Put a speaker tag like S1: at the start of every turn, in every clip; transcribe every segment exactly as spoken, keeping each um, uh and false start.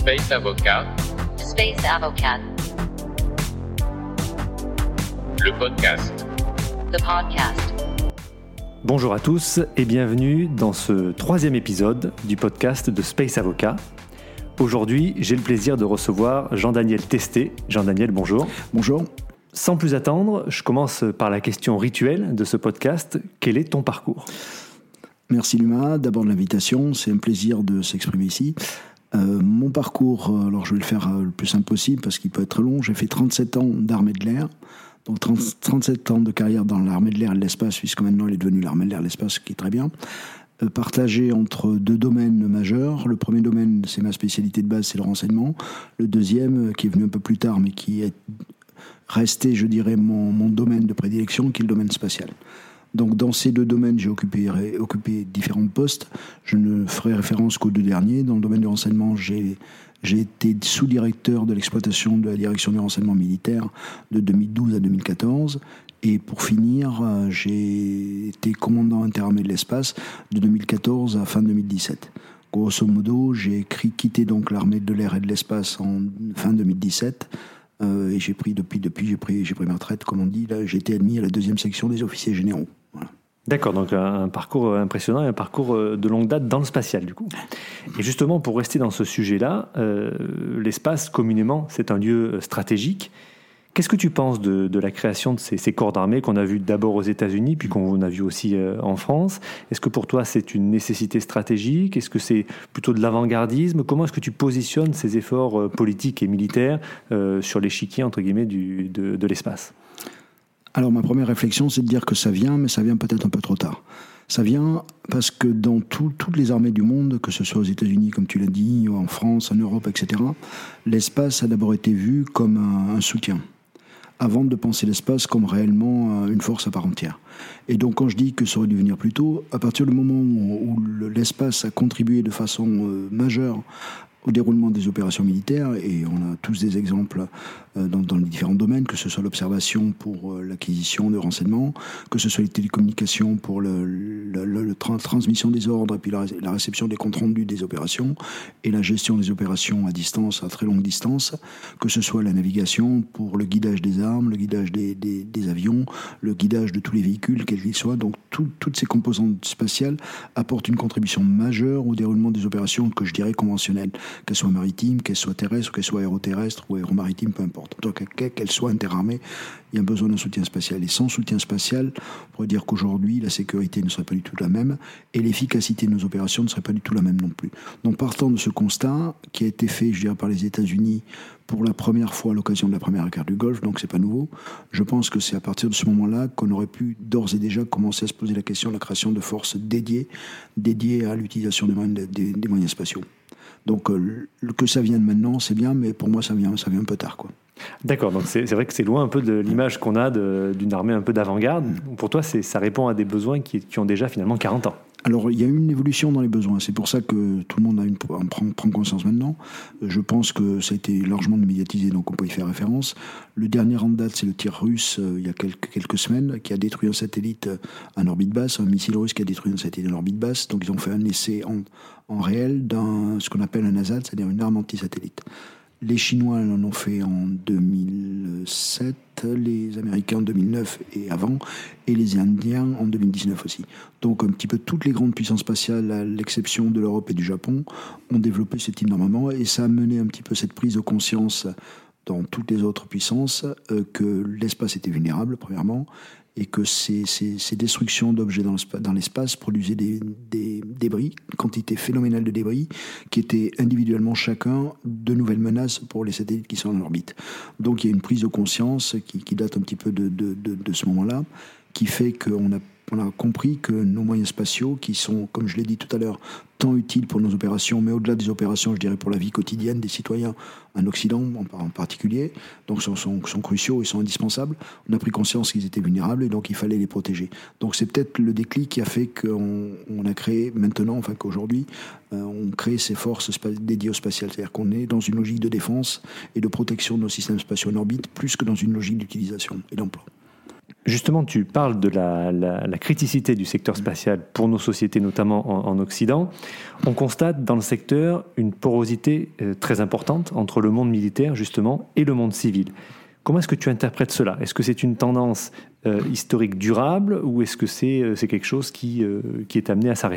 S1: Space Avocat.
S2: Space Avocat.
S1: Le podcast.
S2: The podcast.
S3: Bonjour à tous et bienvenue dans ce troisième épisode du podcast de Space Avocat. Aujourd'hui, j'ai le plaisir de recevoir Jean-Daniel Testé. Jean-Daniel, bonjour.
S4: Bonjour.
S3: Sans plus attendre, je commence par la question rituelle de ce podcast. Quel est ton parcours ?
S4: Merci Luma, d'abord de l'invitation, c'est un plaisir de s'exprimer ici. Euh, mon parcours, alors je vais le faire le plus simple possible parce qu'il peut être long. J'ai fait trente-sept ans d'armée de l'air, donc trente, trente-sept ans de carrière dans l'armée de l'air et de l'espace, puisque maintenant il est devenu l'armée de l'air et de l'espace, ce qui est très bien. Euh, partagé entre deux domaines majeurs. Le premier domaine, c'est ma spécialité de base, c'est le renseignement. Le deuxième, qui est venu un peu plus tard, mais qui est resté, je dirais, mon, mon domaine de prédilection, qui est le domaine spatial. Donc dans ces deux domaines, j'ai occupé, occupé différents postes. Je ne ferai référence qu'aux deux derniers. Dans le domaine du renseignement, j'ai, j'ai été sous-directeur de l'exploitation de la direction du renseignement militaire de deux mille douze à deux mille quatorze. Et pour finir, j'ai été commandant interarmée de l'espace de deux mille quatorze à fin deux mille dix-sept. Grosso modo, j'ai quitté donc l'armée de l'air et de l'espace en fin deux mille dix-sept. Euh, et j'ai pris depuis, depuis j'ai pris, j'ai pris ma retraite, comme on dit. Là, j'ai été admis à la deuxième section des officiers généraux. Voilà.
S3: D'accord, donc un parcours impressionnant et un parcours de longue date dans le spatial, du coup. Et justement, pour rester dans ce sujet-là, euh, l'espace, communément, c'est un lieu stratégique. Qu'est-ce que tu penses de, de la création de ces, ces corps d'armée qu'on a vu d'abord aux États-Unis, puis qu'on a vu aussi euh, en France ? Est-ce que pour toi, c'est une nécessité stratégique ? Est-ce que c'est plutôt de l'avant-gardisme ? Comment est-ce que tu positionnes ces efforts euh, politiques et militaires euh, sur l'échiquier, entre guillemets, du, de, de l'espace ?
S4: Alors, ma première réflexion, c'est de dire que ça vient, mais ça vient peut-être un peu trop tard. Ça vient parce que dans tout, toutes les armées du monde, que ce soit aux États-Unis, comme tu l'as dit, en France, en Europe, et cetera, l'espace a d'abord été vu comme un, un soutien, avant de penser l'espace comme réellement une force à part entière. Et donc quand je dis que ça aurait dû venir plus tôt, à partir du moment où, où l'espace a contribué de façon euh, majeure au déroulement des opérations militaires, et on a tous des exemples euh, dans, dans les différents domaines, que ce soit l'observation pour euh, l'acquisition de renseignements, que ce soit les télécommunications pour le, le, le, le tra- transmission des ordres, et puis la, la réception des comptes rendus des opérations, et la gestion des opérations à distance, à très longue distance, que ce soit la navigation pour le guidage des armes, le guidage des, des, des avions, le guidage de tous les véhicules, quels qu'ils soient. Donc tout, toutes ces composantes spatiales apportent une contribution majeure au déroulement des opérations que je dirais conventionnelles, qu'elles soient maritimes, qu'elles soient terrestres, qu'elles soient aéroterrestres ou aéromaritimes, peu importe. Donc, qu'elles soient interarmées, il y a besoin d'un soutien spatial. Et sans soutien spatial, on pourrait dire qu'aujourd'hui, la sécurité ne serait pas du tout la même et l'efficacité de nos opérations ne serait pas du tout la même non plus. Donc, partant de ce constat, qui a été fait, je dirais, par les États-Unis pour la première fois à l'occasion de la première guerre du Golfe, donc c'est pas nouveau, je pense que c'est à partir de ce moment-là qu'on aurait pu d'ores et déjà commencer à se poser la question de la création de forces dédiées, dédiées à l'utilisation des moyens, des, des moyens spatiaux. Donc euh, que ça vienne maintenant, c'est bien, mais pour moi, ça vient, ça vient un peu tard, quoi.
S3: D'accord, donc c'est, c'est vrai que c'est loin un peu de l'image qu'on a de, d'une armée un peu d'avant-garde. Pour toi, c'est, ça répond à des besoins qui, qui ont déjà finalement quarante ans.
S4: Alors, il y a eu une évolution dans les besoins. C'est pour ça que tout le monde a une, en prend, prend conscience maintenant. Je pense que ça a été largement médiatisé, donc on peut y faire référence. Le dernier en date, c'est le tir russe, euh, il y a quelques, quelques semaines, qui a détruit un satellite en orbite basse, un missile russe qui a détruit un satellite en orbite basse. Donc, ils ont fait un essai en, en réel d'un ce qu'on appelle un A S A T, c'est-à-dire une arme anti-satellite. Les Chinois en ont fait en deux mille sept, les Américains en deux mille neuf et avant, et les Indiens en deux mille dix-neuf aussi. Donc un petit peu toutes les grandes puissances spatiales, à l'exception de l'Europe et du Japon, ont développé ce type d'armement, et ça a mené un petit peu cette prise de conscience dans toutes les autres puissances euh, que l'espace était vulnérable, premièrement, et que ces, ces, ces destructions d'objets dans l'espace, dans l'espace produisaient des, des débris, une quantité phénoménale de débris, qui étaient individuellement chacun de nouvelles menaces pour les satellites qui sont en orbite. Donc il y a une prise de conscience qui, qui date un petit peu de, de, de, de ce moment-là, qui fait qu'on a on a compris que nos moyens spatiaux, qui sont, comme je l'ai dit tout à l'heure, tant utiles pour nos opérations, mais au-delà des opérations, je dirais pour la vie quotidienne des citoyens en Occident en particulier, donc sont, sont, sont cruciaux et sont indispensables. On a pris conscience qu'ils étaient vulnérables et donc il fallait les protéger. Donc c'est peut-être le déclic qui a fait qu'on on a créé maintenant, enfin qu'aujourd'hui, euh, on crée ces forces spa- dédiées au spatial. C'est-à-dire qu'on est dans une logique de défense et de protection de nos systèmes spatiaux en orbite, plus que dans une logique d'utilisation et d'emploi.
S3: Justement, tu parles de la, la, la criticité du secteur spatial pour nos sociétés, notamment en, en Occident. On constate dans le secteur une porosité euh, très importante entre le monde militaire, justement, et le monde civil. Comment est-ce que tu interprètes cela ? Est-ce que c'est une tendance euh, historique durable ou est-ce que c'est, euh, c'est quelque chose qui, euh, qui est amené à s'arrêter ?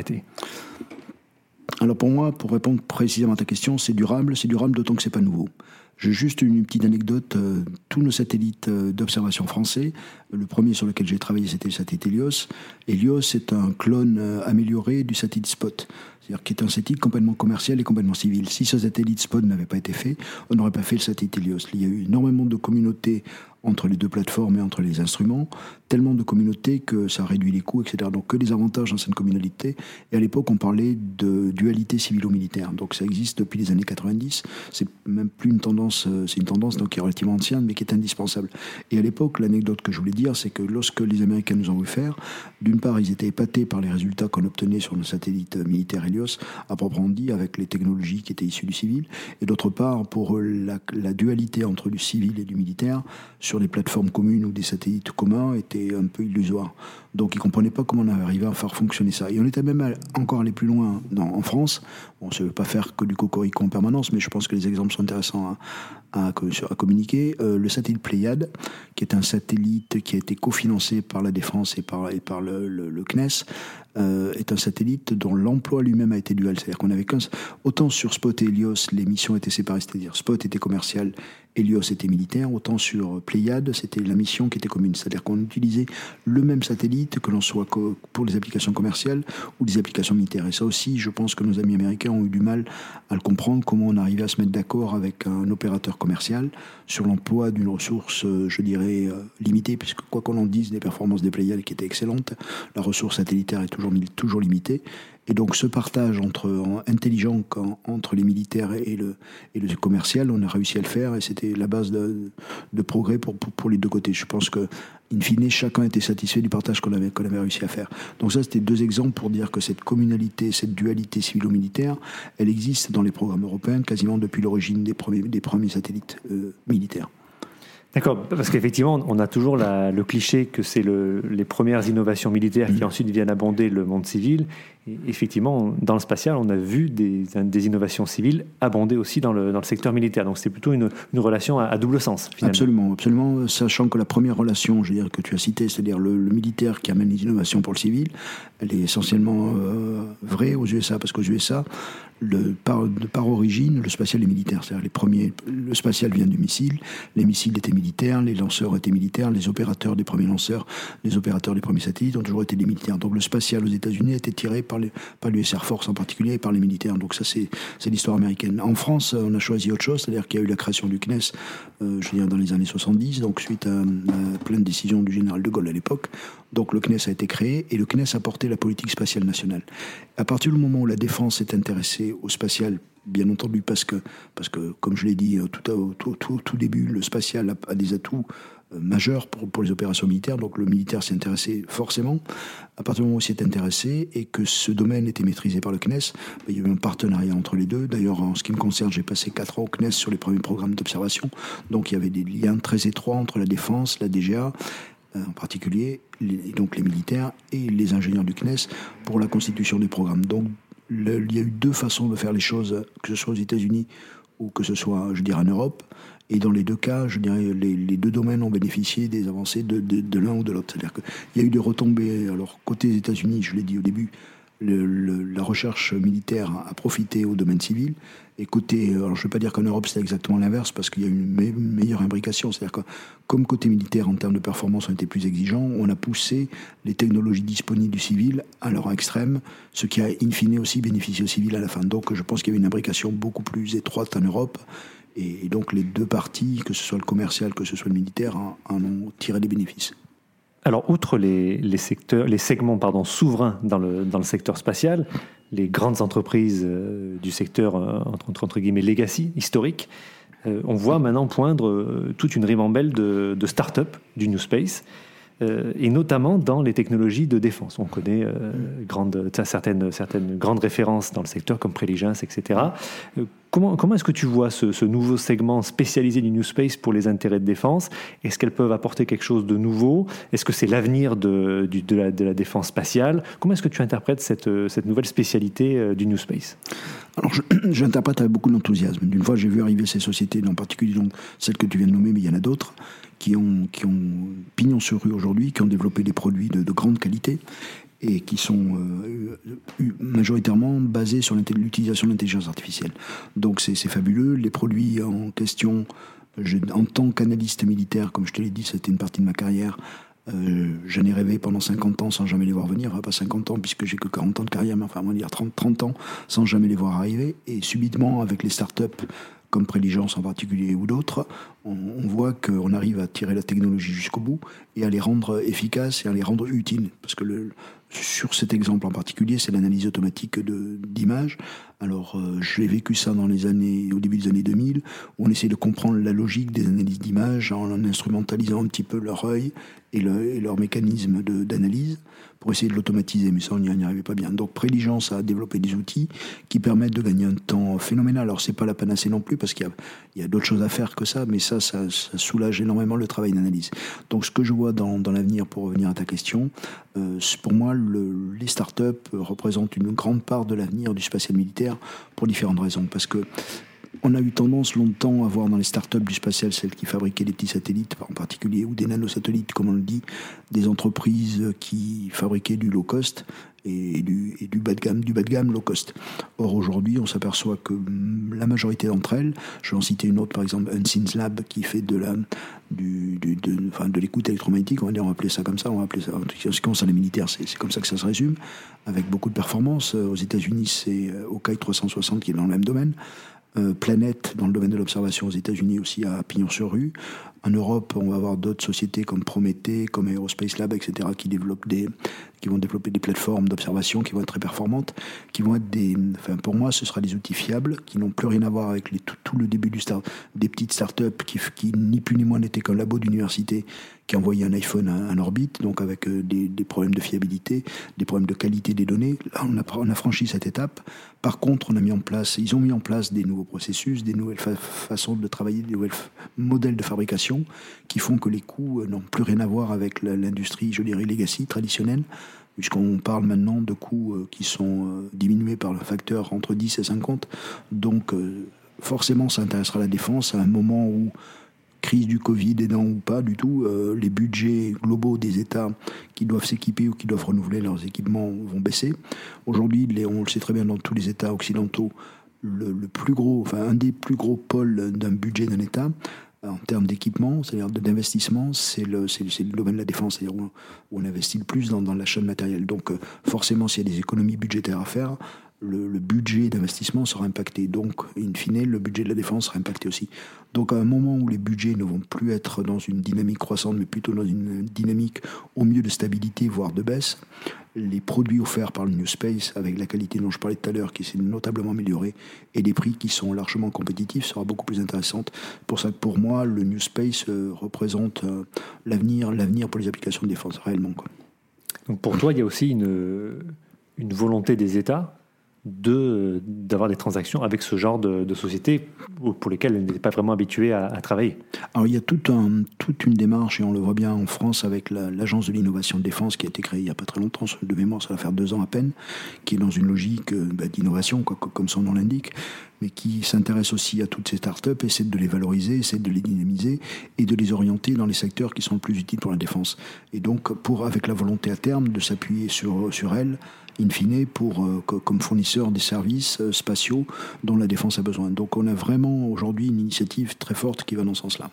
S4: Alors pour moi, pour répondre précisément à ta question, c'est durable, c'est durable d'autant que c'est pas nouveau. J'ai juste une petite anecdote. Euh, tous nos satellites euh, d'observation français, le premier sur lequel j'ai travaillé, c'était le satellite Helios. Helios est un clone euh, amélioré du satellite Spot, c'est-à-dire qui est un satellite complètement commercial et complètement civil. Si ce satellite Spot n'avait pas été fait, on n'aurait pas fait le satellite Helios. Il y a eu énormément de communautés entre les deux plateformes et entre les instruments, tellement de communautés que ça réduit les coûts, et cetera. Donc que des avantages dans cette communalité. Et à l'époque, on parlait de dualité civilo-militaire. Donc ça existe depuis les années quatre-vingt-dix. C'est même plus une tendance, c'est une tendance donc, qui est relativement ancienne, mais qui est indispensable. Et à l'époque, l'anecdote que je voulais dire, c'est que lorsque les Américains nous ont voulu faire, d'une part, ils étaient épatés par les résultats qu'on obtenait sur nos satellites militaires Helios, à proprement dit, avec les technologies qui étaient issues du civil, et d'autre part, pour la, la dualité entre du civil et du militaire, sur les plateformes communes ou des satellites communs était un peu illusoire. Donc ils ne comprenaient pas comment on avait arrivé à faire fonctionner ça. Et on était même encore allé plus loin dans, en France. Bon, ça ne veut pas faire que du cocorico en permanence, mais je pense que les exemples sont intéressants à, à, à communiquer. Euh, le satellite Pléiade, qui est un satellite qui a été cofinancé par la Défense et par, et par le, le, le C N E S, euh, est un satellite dont l'emploi lui-même a été dual. C'est-à-dire qu'on avait qu'un... Autant sur Spot et Helios, les missions étaient séparées, c'est-à-dire Spot était commercial, Helios était militaire, autant sur Pléiade, c'était la mission qui était commune. C'est-à-dire qu'on utilisait le même satellite, que l'on soit co- pour les applications commerciales ou des applications militaires. Et ça aussi, je pense que nos amis américains ont eu du mal à le comprendre, comment on arrivait à se mettre d'accord avec un opérateur commercial sur l'emploi d'une ressource, je dirais, limitée, puisque quoi qu'on en dise des performances des Pléiades qui étaient excellentes, la ressource satellitaire est toujours, toujours limitée. Et donc ce partage entre, intelligent entre les militaires et le, et le commercial, on a réussi à le faire et c'était la base de, de progrès pour, pour, pour les deux côtés. Je pense que, in fine, chacun était satisfait du partage qu'on avait, qu'on avait réussi à faire. Donc ça, c'était deux exemples pour dire que cette communalité, cette dualité civilo-militaire, elle existe dans les programmes européens quasiment depuis l'origine des premiers, des premiers satellites euh, militaires.
S3: D'accord, parce qu'effectivement, on a toujours la, le cliché que c'est le, les premières innovations militaires qui ensuite viennent abonder le monde civil. Et effectivement, dans le spatial, on a vu des, des innovations civiles abonder aussi dans le, dans le secteur militaire. Donc c'est plutôt une, une relation à, à double sens, finalement.
S4: Absolument, absolument. Sachant que la première relation, je veux dire, que tu as citée, c'est-à-dire le, le militaire qui amène les innovations pour le civil, elle est essentiellement euh, vraie aux U S A, parce qu'aux U S A, le, par, par origine, le spatial est militaire. C'est-à-dire les premiers, le spatial vient du missile, les missiles étaient militaires, les lanceurs étaient militaires, les opérateurs des premiers lanceurs, les opérateurs des premiers satellites ont toujours été des militaires. Donc le spatial aux États-Unis a été tiré par, les, par l'U S Air Force en particulier et par les militaires. Donc ça, c'est, c'est l'histoire américaine. En France, on a choisi autre chose, c'est-à-dire qu'il y a eu la création du C N E S, euh, je veux dire, dans les années soixante-dix, donc suite à, à plein de décisions du général de Gaulle à l'époque. Donc le C N E S a été créé et le C N E S a porté la politique spatiale nationale. À partir du moment où la défense s'est intéressée au spatial, bien entendu, parce que, parce que comme je l'ai dit tout au tout, tout, tout début, le spatial a, a des atouts euh, majeurs pour, pour les opérations militaires, donc le militaire s'est intéressé forcément. À partir du moment où il s'est intéressé et que ce domaine était maîtrisé par le C N E S, ben, il y a eu un partenariat entre les deux. D'ailleurs, en ce qui me concerne, j'ai passé quatre ans au C N E S sur les premiers programmes d'observation, donc il y avait des liens très étroits entre la défense, la D G A, en particulier, les, donc les militaires et les ingénieurs du C N E S pour la constitution des programmes. Donc le, il y a eu deux façons de faire les choses, que ce soit aux États-Unis ou que ce soit, je dirais, en Europe. Et dans les deux cas, je dirais, les, les deux domaines ont bénéficié des avancées de, de, de l'un ou de l'autre. C'est-à-dire qu'il y a eu des retombées. Alors, côté des États-Unis, je l'ai dit au début, le, le, la recherche militaire a profité au domaine civil. Et côté, alors je ne vais pas dire qu'en Europe c'est exactement l'inverse, parce qu'il y a une, me, une meilleure imbrication. C'est-à-dire que, comme côté militaire, en termes de performance, on était plus exigeants, on a poussé les technologies disponibles du civil à leur extrême, ce qui a in fine aussi bénéficié au civil à la fin. Donc je pense qu'il y avait une imbrication beaucoup plus étroite en Europe. Et donc les deux parties, que ce soit le commercial, que ce soit le militaire, en, en ont tiré des bénéfices.
S3: Alors, outre les, les, secteurs, les segments pardon, souverains dans le, dans le secteur spatial, les grandes entreprises euh, du secteur, euh, entre, entre guillemets, legacy, historique, euh, on voit maintenant poindre euh, toute une ribambelle de, de start-up du New Space, euh, et notamment dans les technologies de défense. On connaît euh, grande, certaines, certaines grandes références dans le secteur, comme Preligens, et cetera. Euh, Comment, comment est-ce que tu vois ce, ce nouveau segment spécialisé du New Space pour les intérêts de défense? Est-ce qu'elles peuvent apporter quelque chose de nouveau? Est-ce que c'est l'avenir de, du, de, la, de la défense spatiale? Comment est-ce que tu interprètes cette, cette nouvelle spécialité du New Space?
S4: Alors, je, j'interprète avec beaucoup d'enthousiasme. D'une fois, j'ai vu arriver ces sociétés, en particulier donc, celles que tu viens de nommer, mais il y en a d'autres, qui ont, qui ont pignon sur rue aujourd'hui, qui ont développé des produits de, de grande qualité, et qui sont euh, majoritairement basés sur l'utilisation de l'intelligence artificielle. Donc c'est, c'est fabuleux. Les produits en question, je, en tant qu'analyste militaire, comme je te l'ai dit, c'était une partie de ma carrière, euh, j'en ai rêvé pendant cinquante ans sans jamais les voir venir. Enfin, pas cinquante ans puisque j'ai que quarante ans de carrière, mais enfin on va dire trente, trente ans sans jamais les voir arriver. Et subitement, avec les startups comme Préligence en particulier ou d'autres, on, on voit qu'on arrive à tirer la technologie jusqu'au bout et à les rendre efficaces et à les rendre utiles. Parce que le, sur cet exemple en particulier, c'est l'analyse automatique de, d'images. Alors, euh, je l'ai vécu ça dans les années, au début des années deux mille, où on essaie de comprendre la logique des analyses d'images en, en instrumentalisant un petit peu leur œil et, le, et leur mécanisme de, d'analyse pour essayer de l'automatiser, mais ça, on n'y arrivait pas bien. Donc, Préligence a développé des outils qui permettent de gagner un temps phénoménal. Alors, c'est pas la panacée non plus, parce qu'il y a, il y a d'autres choses à faire que ça, mais ça, ça, ça soulage énormément le travail d'analyse. Donc, ce que je vois dans, dans l'avenir, pour revenir à ta question, euh, pour moi, le, les startups représentent une grande part de l'avenir du spatial militaire pour différentes raisons. Parce que on a eu tendance longtemps à voir dans les startups du spatial, celles qui fabriquaient des petits satellites en particulier, ou des nanosatellites, comme on le dit, des entreprises qui fabriquaient du low cost et du, et du bas de gamme, du bas de gamme low cost. Or aujourd'hui, on s'aperçoit que la majorité d'entre elles, je vais en citer une autre, par exemple Unseen's Lab, qui fait de la du, du, de, enfin, de l'écoute électromagnétique, on va dire, on va appeler ça comme ça, on va appeler ça, en ce qui concerne les militaires, c'est, c'est comme ça que ça se résume, avec beaucoup de performance. Aux États-Unis, c'est Hawkeye trois cent soixante qui est dans le même domaine. Euh, Planète, dans le domaine de l'observation aux États-Unis aussi, à pignon-sur-rue. En Europe, on va avoir d'autres sociétés comme Prométhée, comme Aerospace Lab, et cetera, qui développent des, qui vont développer des plateformes d'observation qui vont être très performantes, qui vont être des, enfin pour moi, ce sera des outils fiables qui n'ont plus rien à voir avec les, tout, tout le début du start, des petites startups qui, qui ni plus ni moins n'étaient qu'un labo d'université qui envoyait un iPhone en orbite, donc avec des, des problèmes de fiabilité, des problèmes de qualité des données. Là, on a, on a franchi cette étape. Par contre, on a mis en place, ils ont mis en place des nouveaux processus, des nouvelles fa- façons de travailler, des nouveaux f- modèles de fabrication qui font que les coûts n'ont plus rien à voir avec la, l'industrie, je dirais, legacy, traditionnelle, puisqu'on parle maintenant de coûts euh, qui sont euh, diminués par le facteur entre dix et cinquante. Donc, euh, forcément, ça intéressera la défense à un moment où, crise du Covid aidant ou pas du tout, euh, les budgets globaux des États qui doivent s'équiper ou qui doivent renouveler leurs équipements vont baisser. Aujourd'hui, les, on le sait très bien dans tous les États occidentaux, le, le plus gros, enfin un des plus gros pôles d'un budget d'un État, en termes d'équipement, c'est-à-dire d'investissement, c'est le, c'est, c'est le domaine de la défense, c'est-à-dire où, où on investit le plus dans, dans l'achat de matériel. Donc euh, forcément, s'il y a des économies budgétaires à faire, Le, le budget d'investissement sera impacté. Donc, in fine, le budget de la défense sera impacté aussi. Donc, à un moment où les budgets ne vont plus être dans une dynamique croissante, mais plutôt dans une dynamique au mieux de stabilité, voire de baisse, les produits offerts par le New Space, avec la qualité dont je parlais tout à l'heure, qui s'est notablement améliorée, et des prix qui sont largement compétitifs, sera beaucoup plus intéressante. Pour ça que pour moi, le New Space euh, représente euh, l'avenir, l'avenir pour les applications de défense, réellement, quoi.
S3: Donc, pour toi, il y a aussi une, une volonté des États De, d'avoir des transactions avec ce genre de, de sociétés pour lesquelles elles n'étaient pas vraiment habituées à, à travailler.
S4: Alors il y a tout un, toute une démarche, et on le voit bien en France avec la, l'Agence de l'innovation de défense qui a été créée il n'y a pas très longtemps, de mémoire ça va faire deux ans à peine, qui est dans une logique bah, d'innovation, quoi, comme son nom l'indique, mais qui s'intéresse aussi à toutes ces startups, essaie de les valoriser, essaie de les dynamiser et de les orienter dans les secteurs qui sont le plus utiles pour la défense. Et donc, pour, avec la volonté à terme de s'appuyer sur, sur elles, in fine, pour, euh, comme fournisseur des services euh, spatiaux dont la défense a besoin. Donc on a vraiment aujourd'hui une initiative très forte qui va dans ce sens-là.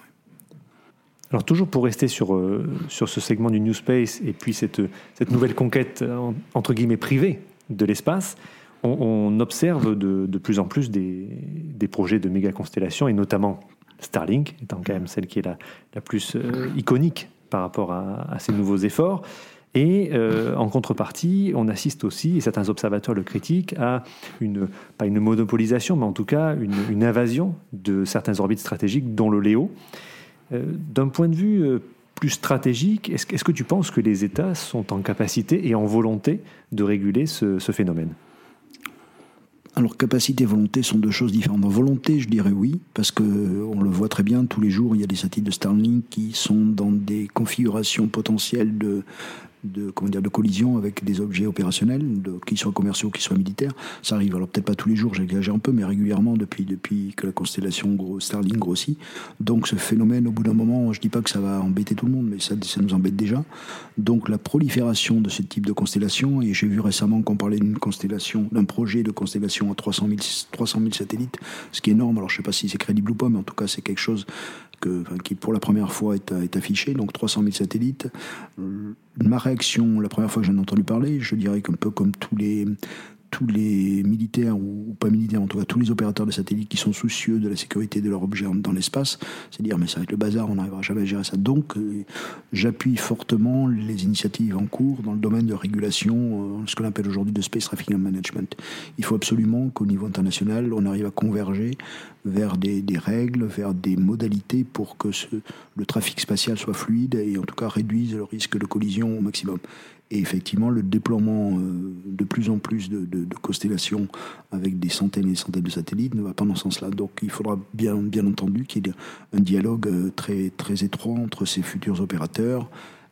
S3: Alors toujours pour rester sur, euh, sur ce segment du New Space et puis cette, cette nouvelle conquête en, entre guillemets privée de l'espace, on, on observe de, de plus en plus des, des projets de méga constellations et notamment Starlink étant quand même celle qui est la, la plus euh, iconique par rapport à, à ces nouveaux efforts. Et euh, en contrepartie, on assiste aussi, et certains observateurs le critiquent, à une, pas une monopolisation, mais en tout cas une, une invasion de certaines orbites stratégiques, dont le Léo. Euh, d'un point de vue euh, plus stratégique, est-ce, est-ce que tu penses que les États sont en capacité et en volonté de réguler ce, ce phénomène ?
S4: Alors, capacité et volonté sont deux choses différentes. Dans volonté, je dirais oui, parce qu'on le voit très bien, tous les jours, il y a des satellites de Starlink qui sont dans des configurations potentielles de, de, comment dire, de collision avec des objets opérationnels, de, qu'ils soient commerciaux, qu'ils soient militaires. Ça arrive, alors peut-être pas tous les jours, j'exagère un peu, mais régulièrement depuis, depuis que la constellation gros, Starlink grossit. Donc ce phénomène, au bout d'un moment, je dis pas que ça va embêter tout le monde, mais ça, ça nous embête déjà. Donc la prolifération de ce type de constellation, et j'ai vu récemment qu'on parlait d'une constellation, d'un projet de constellation à trois cent mille satellites, ce qui est énorme. Alors je sais pas si c'est crédible ou pas, mais en tout cas c'est quelque chose que, enfin, qui pour la première fois est, est affiché, donc trois cent mille satellites. Ma réaction, la première fois que j'en ai entendu parler, je dirais qu'un peu comme tous les, tous les militaires, ou, ou pas militaires, en tout cas tous les opérateurs de satellites qui sont soucieux de la sécurité de leur objet dans l'espace, c'est dire mais ça va être le bazar, on n'arrivera jamais à gérer ça. Donc euh, j'appuie fortement les initiatives en cours dans le domaine de régulation, euh, ce qu'on appelle aujourd'hui de Space Traffic Management. Il faut absolument qu'au niveau international, on arrive à converger vers des, des règles, vers des modalités pour que ce, le trafic spatial soit fluide et en tout cas réduise le risque de collision au maximum. Et effectivement, le déploiement euh, de plus en plus de, de, de constellations avec des centaines et des centaines de satellites ne va pas dans ce sens-là. Donc il faudra bien, bien entendu qu'il y ait un dialogue euh, très, très étroit entre ces futurs opérateurs.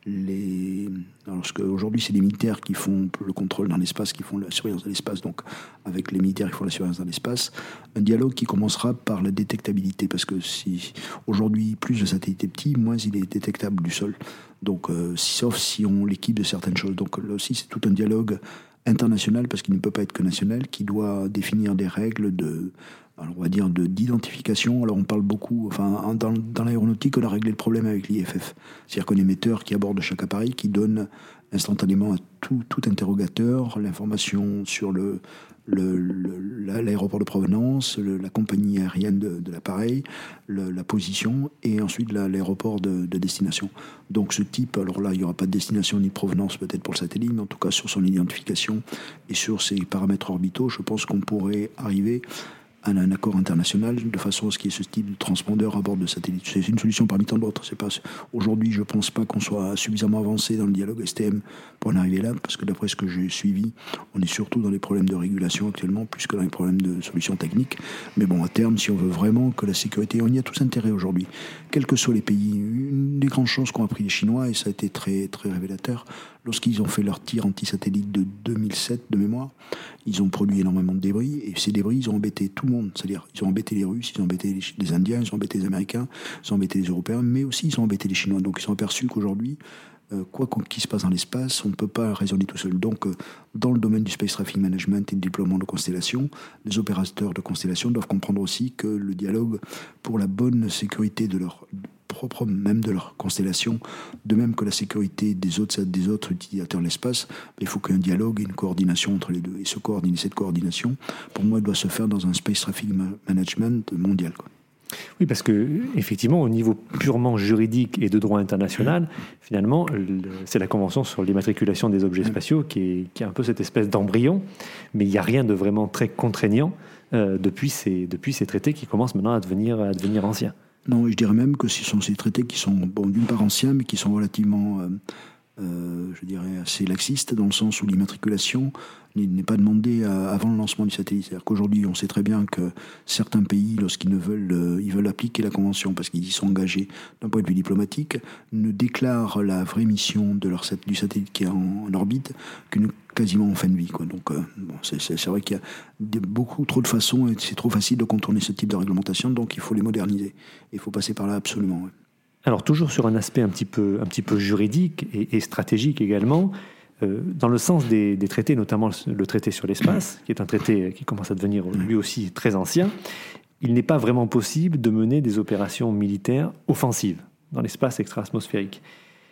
S4: Les... Alors, aujourd'hui, c'est les militaires qui font le contrôle dans l'espace, qui font la surveillance de l'espace, donc avec les militaires qui font la surveillance dans l'espace. Un dialogue qui commencera par la détectabilité, parce que si aujourd'hui, plus le satellite est petit, moins il est détectable du sol. Donc, euh, sauf si on l'équipe de certaines choses. Donc là aussi, c'est tout un dialogue international, parce qu'il ne peut pas être que national, qui doit définir des règles de... Alors on va dire de, d'identification. Alors on parle beaucoup, enfin dans, dans l'aéronautique, on a réglé le problème avec l'I F F. C'est-à-dire qu'un émetteur qui aborde chaque appareil, qui donne instantanément à tout, tout interrogateur l'information sur le, le, le, l'aéroport de provenance, le, la compagnie aérienne de, de l'appareil, le, la position et ensuite la, l'aéroport de, de destination. Donc ce type, alors là il n'y aura pas de destination ni de provenance peut-être pour le satellite, mais en tout cas sur son identification et sur ses paramètres orbitaux, je pense qu'on pourrait arriver à un accord international de façon à ce qu'il y ait ce type de transpondeur à bord de satellite. C'est une solution parmi tant d'autres. C'est pas, aujourd'hui, je ne pense pas qu'on soit suffisamment avancé dans le dialogue S T M pour en arriver là, parce que d'après ce que j'ai suivi, on est surtout dans les problèmes de régulation actuellement, plus que dans les problèmes de solutions techniques. Mais bon, à terme, si on veut vraiment que la sécurité, on y a tous intérêt aujourd'hui, quels que soient les pays. Une des grandes choses qu'ont appris les Chinois, et ça a été très, très révélateur, lorsqu'ils ont fait leur tir anti-satellite de deux mille sept de mémoire, ils ont produit énormément de débris, et ces débris, ils ont embêté tout le monde. C'est-à-dire, ils ont embêté les Russes, ils ont embêté les, les Indiens, ils ont embêté les Américains, ils ont embêté les Européens, mais aussi ils ont embêté les Chinois. Donc ils sont aperçus qu'aujourd'hui, euh, quoi qu'il se passe dans l'espace, on ne peut pas raisonner tout seul. Donc, euh, dans le domaine du Space Traffic Management et du déploiement de constellations, les opérateurs de constellations doivent comprendre aussi que le dialogue pour la bonne sécurité de leur propre, même de leur constellation, de même que la sécurité des autres, des autres utilisateurs de l'espace, il faut qu'il y ait un dialogue et une coordination entre les deux. Et ce coordonner, cette coordination, pour moi, doit se faire dans un Space Traffic Management mondial, quoi.
S3: Oui, parce que effectivement, au niveau purement juridique et de droit international, finalement, le, c'est la Convention sur l'immatriculation des objets spatiaux qui est, qui est un peu cette espèce d'embryon, mais il n'y a rien de vraiment très contraignant euh, depuis, ces, depuis ces traités qui commencent maintenant à devenir, à devenir anciens.
S4: Non, je dirais même que ce sont ces traités qui sont, bon, d'une part anciens, mais qui sont relativement, euh, euh, je dirais, assez laxistes, dans le sens où l'immatriculation n'est pas demandée à, avant le lancement du satellite. C'est-à-dire qu'aujourd'hui, on sait très bien que certains pays, lorsqu'ils ne veulent, euh, ils veulent appliquer la Convention parce qu'ils y sont engagés d'un point de vue diplomatique, ne déclarent la vraie mission de leur, du satellite qui est en, en orbite qu'une quasiment en fin de vie, quoi. Donc, euh, bon, c'est, c'est, c'est vrai qu'il y a des, beaucoup trop de façons et c'est trop facile de contourner ce type de réglementation, donc il faut les moderniser. Il faut passer par là absolument. Ouais.
S3: Alors, toujours sur un aspect un petit peu, un petit peu juridique et, et stratégique également, euh, dans le sens des, des traités, notamment le traité sur l'espace, qui est un traité qui commence à devenir lui aussi très ancien, il n'est pas vraiment possible de mener des opérations militaires offensives dans l'espace extra-atmosphérique.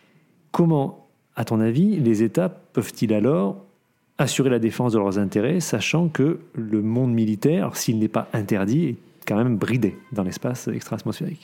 S3: Comment, à ton avis, les États peuvent-ils alors assurer la défense de leurs intérêts, sachant que le monde militaire, s'il n'est pas interdit, est quand même bridé dans l'espace extra-atmosphérique?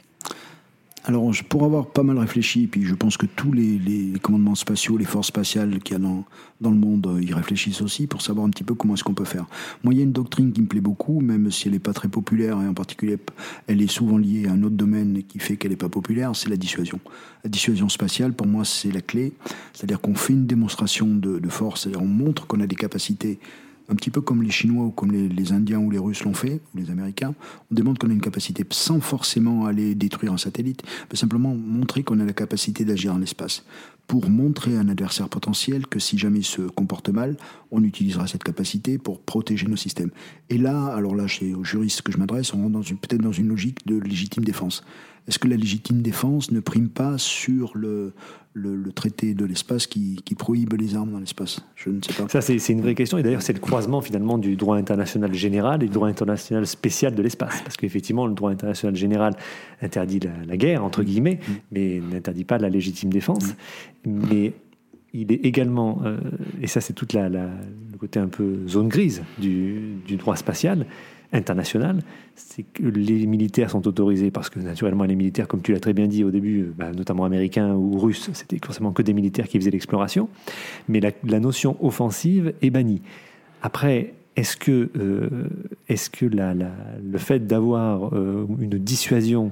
S4: Alors, pour avoir pas mal réfléchi, puis je pense que tous les, les commandements spatiaux, les forces spatiales qu'il y a dans, dans le monde, ils réfléchissent aussi pour savoir un petit peu comment est-ce qu'on peut faire. Moi, il y a une doctrine qui me plaît beaucoup, même si elle n'est pas très populaire, et en particulier, elle est souvent liée à un autre domaine qui fait qu'elle n'est pas populaire, c'est la dissuasion. La dissuasion spatiale, pour moi, c'est la clé. C'est-à-dire qu'on fait une démonstration de, de force, c'est-à-dire on montre qu'on a des capacités un petit peu comme les Chinois ou comme les, les Indiens ou les Russes l'ont fait, ou les Américains. On démontre qu'on a une capacité, sans forcément aller détruire un satellite, mais simplement montrer qu'on a la capacité d'agir dans l'espace. Pour montrer à un adversaire potentiel que si jamais il se comporte mal, on utilisera cette capacité pour protéger nos systèmes. Et là, alors là, c'est aux juristes que je m'adresse, on rentre dans une, peut-être dans une logique de légitime défense. Est-ce que la légitime défense ne prime pas sur le, le, le traité de l'espace qui, qui prohibe les armes dans l'espace ? Je ne sais pas.
S3: Ça, c'est, c'est une vraie question. Et d'ailleurs, c'est le croisement finalement du droit international général et du droit international spécial de l'espace. Parce qu'effectivement, le droit international général interdit la, la guerre, entre guillemets, mmh. mais n'interdit pas la légitime défense. Mmh. Mais il est également, euh, et ça c'est toute la, la, le côté un peu zone grise du, du droit spatial international, c'est que les militaires sont autorisés parce que naturellement les militaires, comme tu l'as très bien dit au début, bah, notamment américains ou russes, c'était forcément que des militaires qui faisaient l'exploration, mais la, la notion offensive est bannie. Après, est-ce que, euh, est-ce que la, la, le fait d'avoir euh, une dissuasion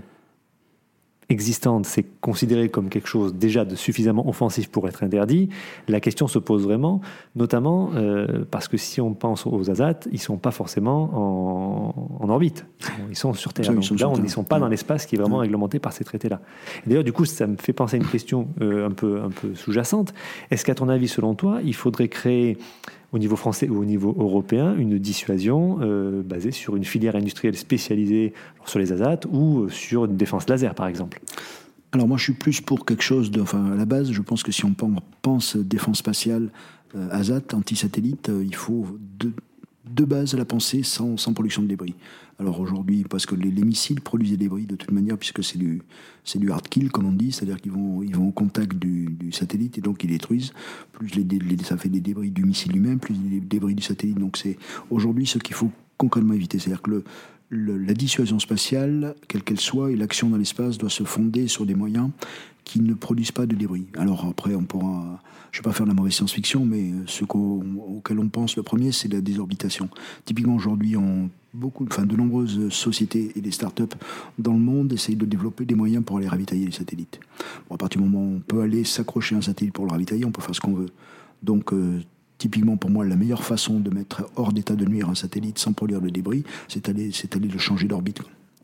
S3: existante, c'est considéré comme quelque chose déjà de suffisamment offensif pour être interdit? La question se pose vraiment, notamment euh, parce que si on pense aux A S A T, ils ne sont pas forcément en, en orbite, ils sont, ils sont sur Terre.
S4: Ça,
S3: Donc
S4: sont
S3: là, on
S4: ne
S3: ne sont pas dans l'espace qui est vraiment ouais. réglementé par ces traités-là. Et d'ailleurs, du coup, ça me fait penser à une question euh, un peu, un peu sous-jacente. Est-ce qu'à ton avis, selon toi, il faudrait créer au niveau français ou au niveau européen, une dissuasion euh, basée sur une filière industrielle spécialisée sur les A S A T ou sur une défense laser, par exemple?
S4: Alors moi, je suis plus pour quelque chose de... Enfin, à la base, je pense que si on pense défense spatiale, euh, A S A T, anti-satellite, euh, il faut de, de base la penser sans, sans production de débris. Alors aujourd'hui, parce que les, les missiles produisent des débris de toute manière, puisque c'est du, c'est du hard kill, comme on dit, c'est-à-dire qu'ils vont, ils vont au contact du, du satellite et donc ils détruisent. Plus les, les, ça fait des débris du missile lui-même, plus les débris du satellite. Donc c'est aujourd'hui ce qu'il faut concrètement éviter. C'est-à-dire que le, le, la dissuasion spatiale, quelle qu'elle soit, et l'action dans l'espace doit se fonder sur des moyens qui ne produisent pas de débris. Alors après, on pourra... Je ne vais pas faire de la mauvaise science-fiction, mais ce qu'au, auquel on pense le premier, c'est la désorbitation. Typiquement, aujourd'hui, on, beaucoup, enfin, de nombreuses sociétés et des start-up dans le monde essayent de développer des moyens pour aller ravitailler les satellites. Bon, à partir du moment où on peut aller s'accrocher à un satellite pour le ravitailler, on peut faire ce qu'on veut. Donc, euh, typiquement, pour moi, la meilleure façon de mettre hors d'état de nuire un satellite sans produire de débris, c'est aller, c'est aller le changer d'orbite.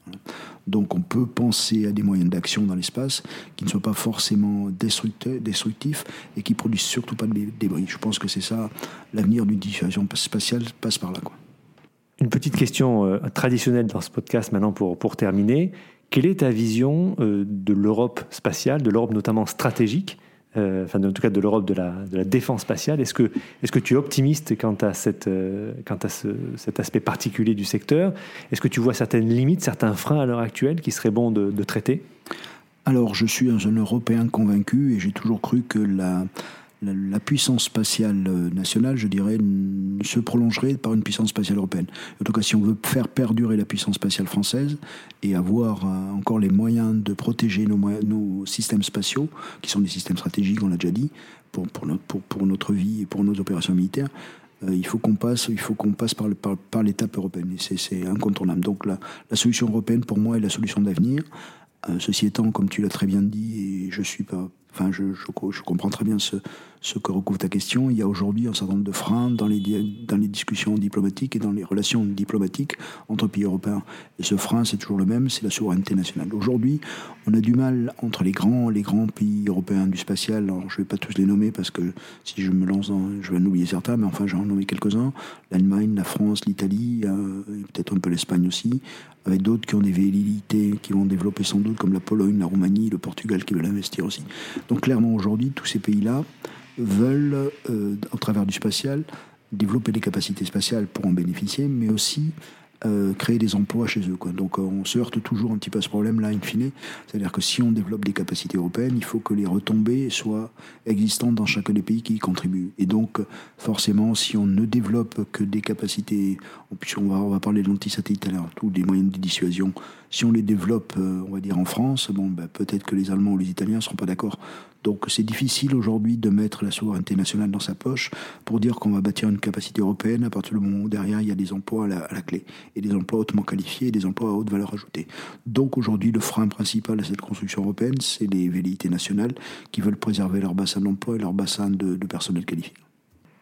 S4: Donc on peut penser à des moyens d'action dans l'espace qui ne soient pas forcément destructifs et qui ne produisent surtout pas de débris. Je pense que c'est ça, l'avenir d'une dissuasion spatiale passe par là, quoi.
S3: Une petite question euh, traditionnelle dans ce podcast maintenant pour, pour terminer. Quelle est ta vision euh, de l'Europe spatiale, de l'Europe notamment stratégique, euh, enfin en tout cas de l'Europe de la, de la défense spatiale? Est-ce que, est-ce que tu es optimiste quant à, cette, euh, quant à ce, cet aspect particulier du secteur? Est-ce que tu vois certaines limites, certains freins à l'heure actuelle qui seraient bons de, de traiter?
S4: Alors je suis un Européen convaincu et j'ai toujours cru que la... La, la puissance spatiale nationale, je dirais, se prolongerait par une puissance spatiale européenne. En tout cas, si on veut faire perdurer la puissance spatiale française et avoir euh, encore les moyens de protéger nos, nos systèmes spatiaux, qui sont des systèmes stratégiques, on l'a déjà dit, pour, pour, notre, pour, pour notre vie et pour nos opérations militaires, euh, il faut qu'on passe, il faut qu'on passe par, le, par, par l'étape européenne. Et c'est, c'est incontournable. Donc la, la solution européenne, pour moi, est la solution d'avenir. Euh, ceci étant, comme tu l'as très bien dit, et je suis pas... Enfin, je, je, je comprends très bien ce, ce que recouvre ta question. Il y a aujourd'hui un certain nombre de freins dans les, dans les discussions diplomatiques et dans les relations diplomatiques entre pays européens. Et ce frein, c'est toujours le même, c'est la souveraineté nationale. Aujourd'hui, on a du mal entre les grands, les grands pays européens du spatial. Alors, je ne vais pas tous les nommer parce que si je me lance dans, je vais en oublier certains, mais enfin, j'en ai nommé quelques-uns. L'Allemagne, la France, l'Italie, euh, et peut-être un peu l'Espagne aussi, avec d'autres qui ont des velléités, qui vont développer sans doute, comme la Pologne, la Roumanie, le Portugal, qui veulent investir aussi. Donc clairement, aujourd'hui, tous ces pays-là veulent, euh, au travers du spatial, développer des capacités spatiales pour en bénéficier, mais aussi euh, créer des emplois chez eux, quoi. Donc euh, on se heurte toujours un petit peu à ce problème-là, in fine. C'est-à-dire que si on développe des capacités européennes, il faut que les retombées soient existantes dans chacun des pays qui y contribuent. Et donc, forcément, si on ne développe que des capacités, on va, on va parler de l'antisatellite tout à l'heure, tous des moyens de dissuasion, si on les développe, euh, on va dire en France, bon, ben, peut-être que les Allemands ou les Italiens ne seront pas d'accord. Donc c'est difficile aujourd'hui de mettre la souveraineté nationale dans sa poche pour dire qu'on va bâtir une capacité européenne à partir du moment où derrière il y a des emplois à la, à la clé, et des emplois hautement qualifiés, et des emplois à haute valeur ajoutée. Donc aujourd'hui le frein principal à cette construction européenne, c'est les velléités nationales qui veulent préserver leur bassin d'emploi et leur bassin de, de personnel qualifié.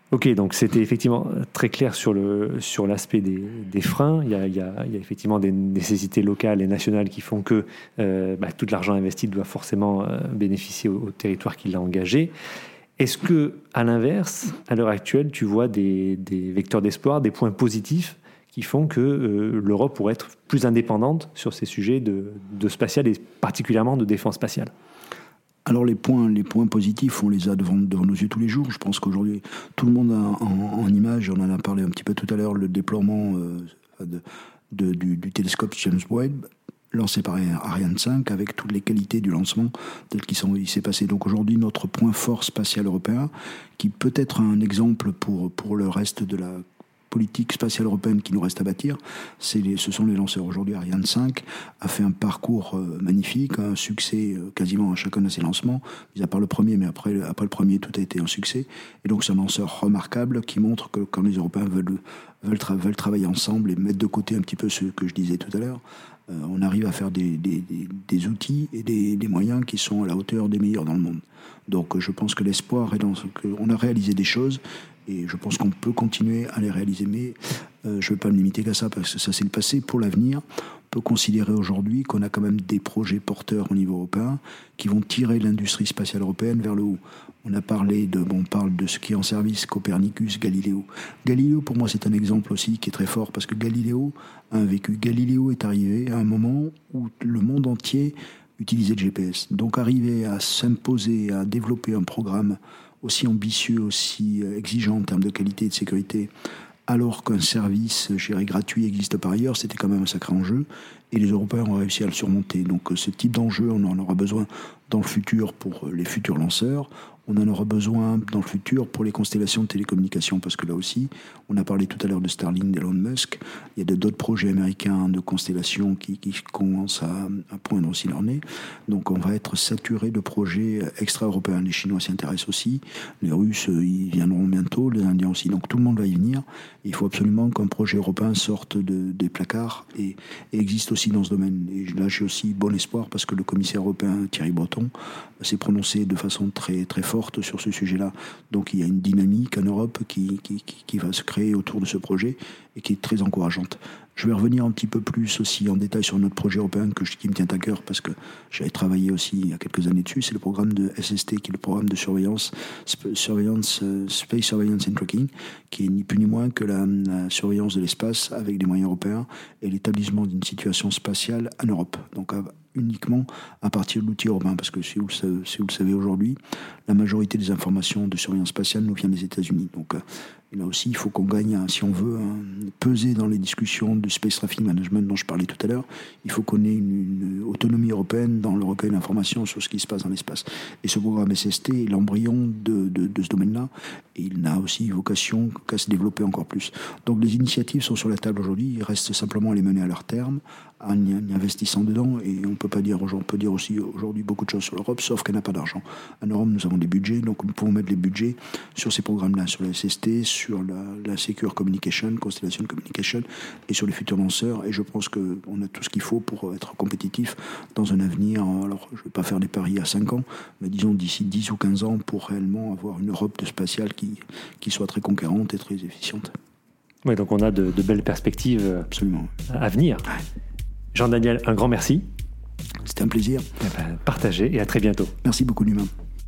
S3: Ok, donc c'était effectivement très clair sur, le, sur l'aspect des, des freins. Il y, a, il, y a, il y a effectivement des nécessités locales et nationales qui font que euh, bah, tout l'argent investi doit forcément euh, bénéficier au, au territoire qui l'a engagé. Est-ce que, à l'inverse, à l'heure actuelle, tu vois des, des vecteurs d'espoir, des points positifs qui font que euh, l'Europe pourrait être plus indépendante sur ces sujets de, de spatial et particulièrement de défense spatiale ?
S4: Alors les points, les points positifs, on les a devant, devant nos yeux tous les jours. Je pense qu'aujourd'hui, tout le monde a en, en image, on en a parlé un petit peu tout à l'heure, le déploiement euh, de, de, du, du télescope James Webb, lancé par Ariane cinq, avec toutes les qualités du lancement tel qu'il il s'est passé. Donc aujourd'hui, notre point fort spatial européen, qui peut être un exemple pour, pour le reste de la politique spatiale européenne qui nous reste à bâtir, c'est les, ce sont les lanceurs. Aujourd'hui, Ariane cinq a fait un parcours euh, magnifique, un succès euh, quasiment à chacun de ses lancements, mis à part le premier, mais après, après le premier, tout a été un succès. Et donc, c'est un lanceur remarquable qui montre que quand les Européens veulent, veulent, tra- veulent travailler ensemble et mettre de côté un petit peu ce que je disais tout à l'heure, euh, on arrive à faire des, des, des, des outils et des, des moyens qui sont à la hauteur des meilleurs dans le monde. Donc, je pense que l'espoir est dans ce qu'on a réalisé des choses. Et je pense qu'on peut continuer à les réaliser, mais euh, je ne vais pas me limiter qu'à ça, parce que ça c'est le passé. Pour l'avenir, on peut considérer aujourd'hui qu'on a quand même des projets porteurs au niveau européen qui vont tirer l'industrie spatiale européenne vers le haut. On a parlé de, bon, on parle de ce qui est en service, Copernicus, Galileo. Galileo, pour moi, c'est un exemple aussi qui est très fort, parce que Galileo a un vécu. Galileo est arrivé à un moment où le monde entier utilisait le G P S. Donc arriver à s'imposer, à développer un programme aussi ambitieux, aussi exigeant en termes de qualité et de sécurité, alors qu'un service, je dirais, gratuit existe par ailleurs, c'était quand même un sacré enjeu, et les Européens ont réussi à le surmonter. Donc ce type d'enjeu, on en aura besoin dans le futur pour les futurs lanceurs, on en aura besoin dans le futur pour les constellations de télécommunications, parce que là aussi, on a parlé tout à l'heure de Starlink, d'Elon Musk, il y a d'autres projets américains de constellations qui, qui commencent à, à poindre aussi leur nez, donc on va être saturé de projets extra-européens. Les Chinois s'y intéressent aussi, les Russes, ils viendront bientôt, les Indiens aussi, donc tout le monde va y venir. Il faut absolument qu'un projet européen sorte de, des placards et, et existe aussi dans ce domaine. Et là, j'ai aussi bon espoir, parce que le commissaire européen Thierry Breton s'est prononcé de façon très, très forte sur ce sujet-là. Donc il y a une dynamique en Europe qui, qui, qui, qui va se créer autour de ce projet et qui est très encourageante. Je vais revenir un petit peu plus aussi en détail sur notre projet européen que je, qui me tient à cœur, parce que j'avais travaillé aussi il y a quelques années dessus. C'est le programme de S S T, qui est le programme de surveillance, sp- surveillance uh, Space Surveillance and Tracking, qui est ni plus ni moins que la, la surveillance de l'espace avec des moyens européens et l'établissement d'une situation spatiale en Europe. Donc à, uniquement à partir de l'outil européen, parce que si vous, le savez, si vous le savez aujourd'hui, la majorité des informations de surveillance spatiale nous vient des États-Unis. Donc euh, là aussi, il faut qu'on gagne, si on veut hein, peser dans les discussions du Space Traffic Management dont je parlais tout à l'heure, il faut qu'on ait une, une autonomie européenne dans le recueil d'informations sur ce qui se passe dans l'espace. Et ce programme S S T est l'embryon de, de, de ce domaine-là, et il n'a aussi vocation qu'à se développer encore plus. Donc les initiatives sont sur la table aujourd'hui, il reste simplement à les mener à leur terme, en y investissant dedans, et on peut pas dire, on peut dire aussi aujourd'hui beaucoup de choses sur l'Europe, sauf qu'elle n'a pas d'argent. En Europe, nous avons des budgets, donc nous pouvons mettre les budgets sur ces programmes-là, sur la S S T, sur la, la Secure Communication, Constellation Communication, et sur les futurs lanceurs, et je pense qu'on a tout ce qu'il faut pour être compétitif dans un avenir. Alors, je ne vais pas faire des paris à cinq ans, mais disons d'ici dix ou quinze ans, pour réellement avoir une Europe de spatiale qui, qui soit très conquérante et très efficiente.
S3: Oui, donc on a de, de belles perspectives
S4: Absolument.
S3: à venir.
S4: Ouais.
S3: Jean-Daniel, un grand merci.
S4: C'était un plaisir.
S3: Eh ben, partagez et à très bientôt.
S4: Merci beaucoup, Numa.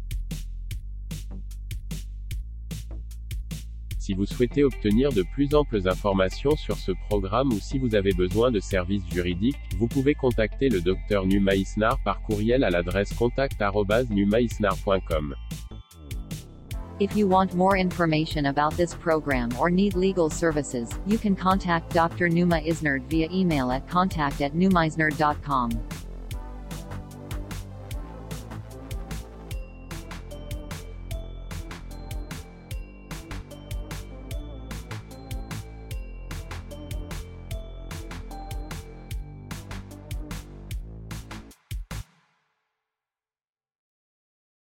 S1: Si vous souhaitez obtenir de plus amples informations sur ce programme ou si vous avez besoin de services juridiques, vous pouvez contacter le docteur Numa Isnar par courriel à l'adresse contact arobase numa isnar point com.
S2: If you want more information about this program or need legal services, you can contact Doctor Numa Isnard via email at contact at numaisnard dot com.